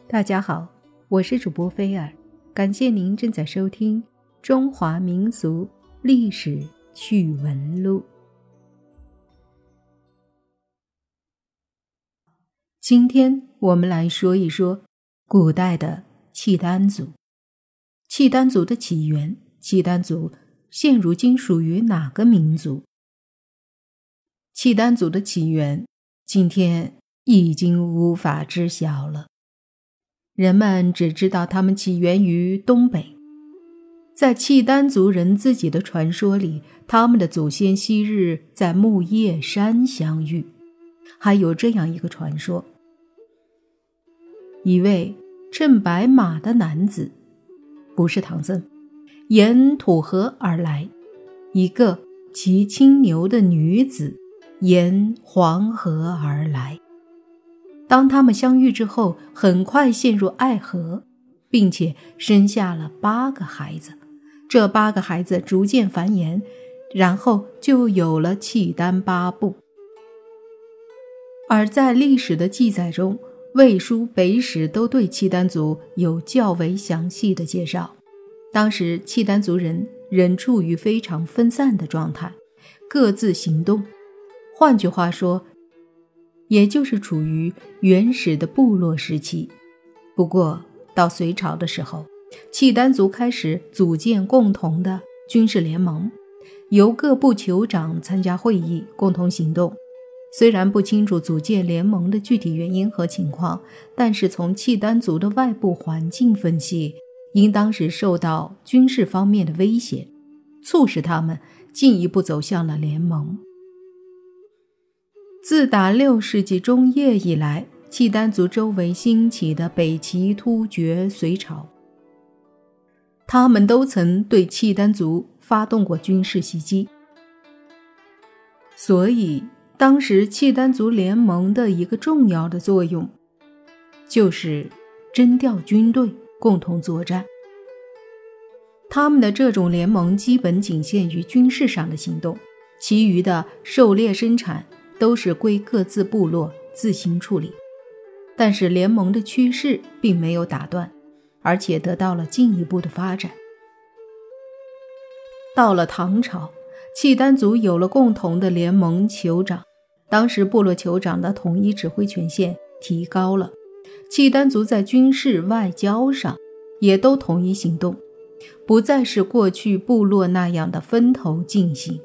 大家好，我是主播菲尔，感谢您正在收听《中华民俗历史趣闻录》。今天我们来说一说古代的契丹族。契丹族的起源，契丹族现如今属于哪个民族？契丹族的起源，今天已经无法知晓了。人们只知道他们起源于东北。在契丹族人自己的传说里，他们的祖先昔日在木叶山相遇。还有这样一个传说，一位乘白马的男子，不是唐僧，沿土河而来；一个骑青牛的女子，沿黄河而来。当他们相遇之后，很快陷入爱河，并且生下了8个孩子。这8个孩子逐渐繁衍，然后就有了契丹8部。而在历史的记载中，魏书、北史都对契丹族有较为详细的介绍。当时契丹族人仍处于非常分散的状态，各自行动。换句话说，也就是处于原始的部落时期。不过到隋朝的时候，契丹族开始组建共同的军事联盟，由各部酋长参加会议，共同行动。虽然不清楚组建联盟的具体原因和情况，但是从契丹族的外部环境分析，因当时受到军事方面的威胁，促使他们进一步走向了联盟。自打6世纪中叶以来，契丹族周围兴起的北齐、突厥、隋朝，他们都曾对契丹族发动过军事袭击。所以当时契丹族联盟的一个重要的作用，就是征调军队共同作战。他们的这种联盟基本仅限于军事上的行动，其余的狩猎生产都是归各自部落自行处理。但是联盟的趋势并没有打断，而且得到了进一步的发展。到了唐朝，契丹族有了共同的联盟酋长，当时部落酋长的统一指挥权限提高了，契丹族在军事外交上也都统一行动，不再是过去部落那样的分头进行。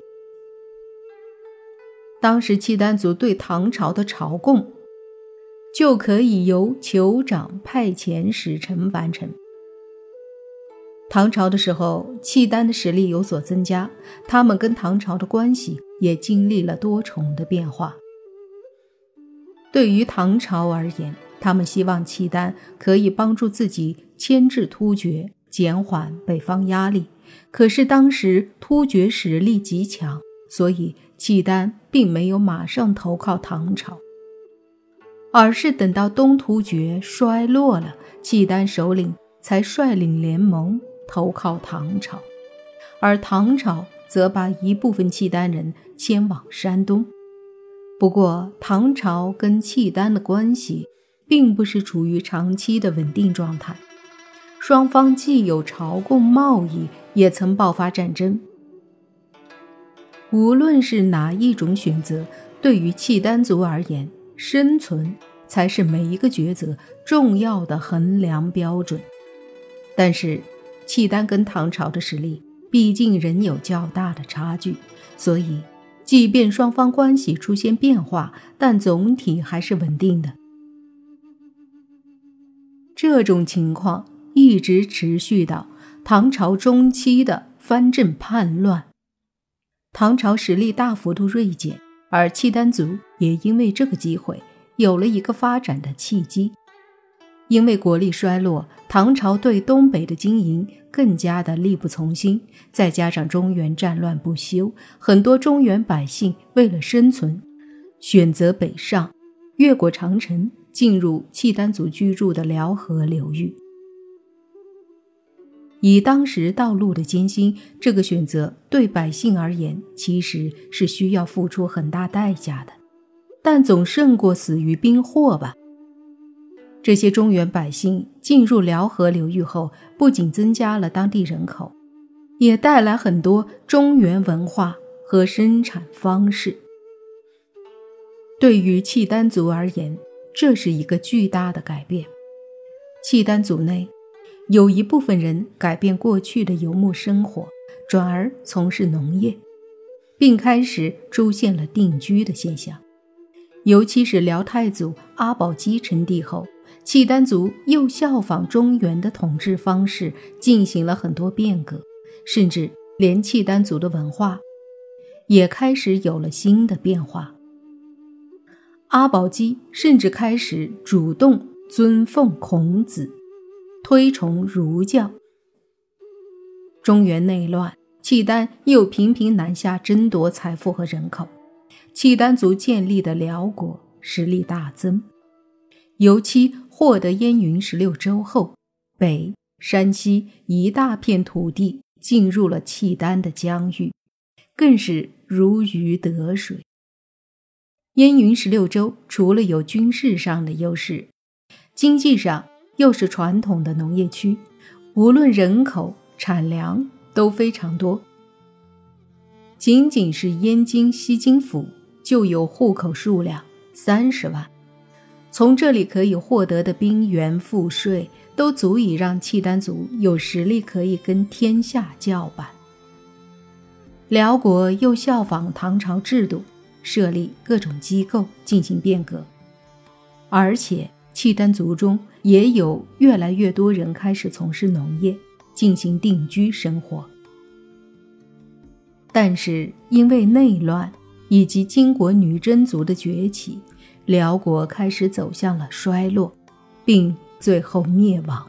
当时契丹族对唐朝的朝贡就可以由酋长派遣使臣完成。唐朝的时候，契丹的实力有所增加，他们跟唐朝的关系也经历了多重的变化。对于唐朝而言，他们希望契丹可以帮助自己牵制突厥，减缓北方压力。可是当时突厥实力极强，所以契丹并没有马上投靠唐朝，而是等到东突厥衰落了，契丹首领才率领联盟投靠唐朝，而唐朝则把一部分契丹人迁往山东。不过唐朝跟契丹的关系并不是处于长期的稳定状态，双方既有朝贡贸易，也曾爆发战争。无论是哪一种选择，对于契丹族而言，生存才是每一个抉择重要的衡量标准。但是契丹跟唐朝的实力毕竟仍有较大的差距，所以即便双方关系出现变化，但总体还是稳定的。这种情况一直持续到唐朝中期的藩镇叛乱。唐朝实力大幅度锐减，而契丹族也因为这个机会有了一个发展的契机。因为国力衰落，唐朝对东北的经营更加的力不从心，再加上中原战乱不休，很多中原百姓为了生存，选择北上，越过长城，进入契丹族居住的辽河流域。以当时道路的艰辛，这个选择对百姓而言其实是需要付出很大代价的，但总胜过死于兵祸吧。 这些中原百姓进入辽河流域后，不仅增加了当地人口，也带来很多中原文化和生产方式。对于契丹族而言，这是一个巨大的改变。契丹族内有一部分人改变过去的游牧生活，转而从事农业，并开始出现了定居的现象。尤其是辽太祖阿保机称帝后，契丹族又效仿中原的统治方式进行了很多变革，甚至连契丹族的文化也开始有了新的变化。阿保机甚至开始主动尊奉孔子，推崇儒教。中原内乱，契丹又频频南下争夺财富和人口，契丹族建立的辽国实力大增。尤其获得燕云16州后，北、山西一大片土地进入了契丹的疆域，更是如鱼得水。燕云16州除了有军事上的优势，经济上又是传统的农业区，无论人口、产粮都非常多。仅仅是燕京西京府就有户口数量30万，从这里可以获得的兵源赋税都足以让契丹族有实力可以跟天下叫板。辽国又效仿唐朝制度，设立各种机构进行变革，而且契丹族中也有越来越多人开始从事农业，进行定居生活。但是因为内乱以及金国女真族的崛起，辽国开始走向了衰落，并最后灭亡。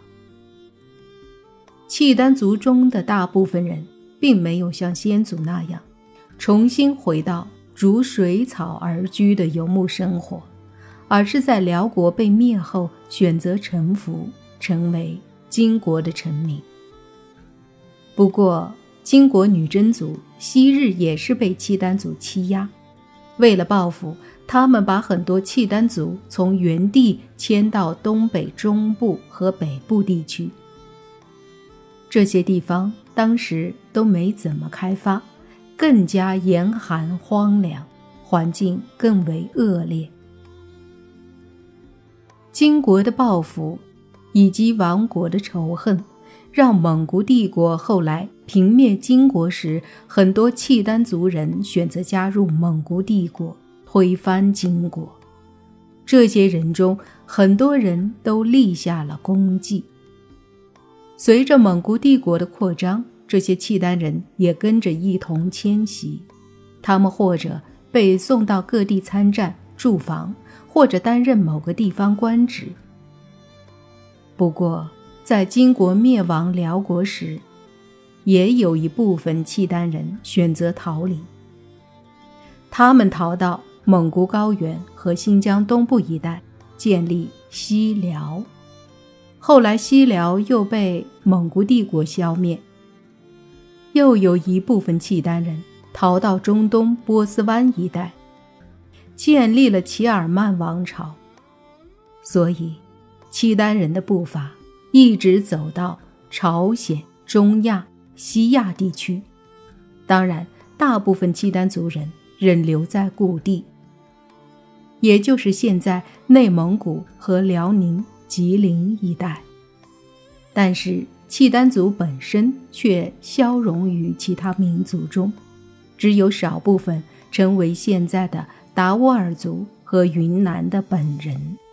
契丹族中的大部分人并没有像先祖那样重新回到逐水草而居的游牧生活，而是在辽国被灭后选择臣服，成为金国的臣民。不过金国女真族昔日也是被契丹族欺压，为了报复，他们把很多契丹族从原地迁到东北中部和北部地区。这些地方当时都没怎么开发，更加严寒荒凉，环境更为恶劣。金国的报复以及亡国的仇恨，让蒙古帝国后来平灭金国时，很多契丹族人选择加入蒙古帝国，推翻金国。这些人中，很多人都立下了功绩。随着蒙古帝国的扩张，这些契丹人也跟着一同迁徙，他们或者被送到各地参战驻防，或者担任某个地方官职。不过在金国灭亡辽国时，也有一部分契丹人选择逃离，他们逃到蒙古高原和新疆东部一带，建立西辽。后来西辽又被蒙古帝国消灭，又有一部分契丹人逃到中东波斯湾一带，建立了齐尔曼王朝。所以契丹人的步伐一直走到朝鲜、中亚、西亚地区。当然，大部分契丹族人仍留在故地，也就是现在内蒙古和辽宁、吉林一带。但是契丹族本身却消融于其他民族中，只有少部分成为现在的达斡尔族和云南的本人。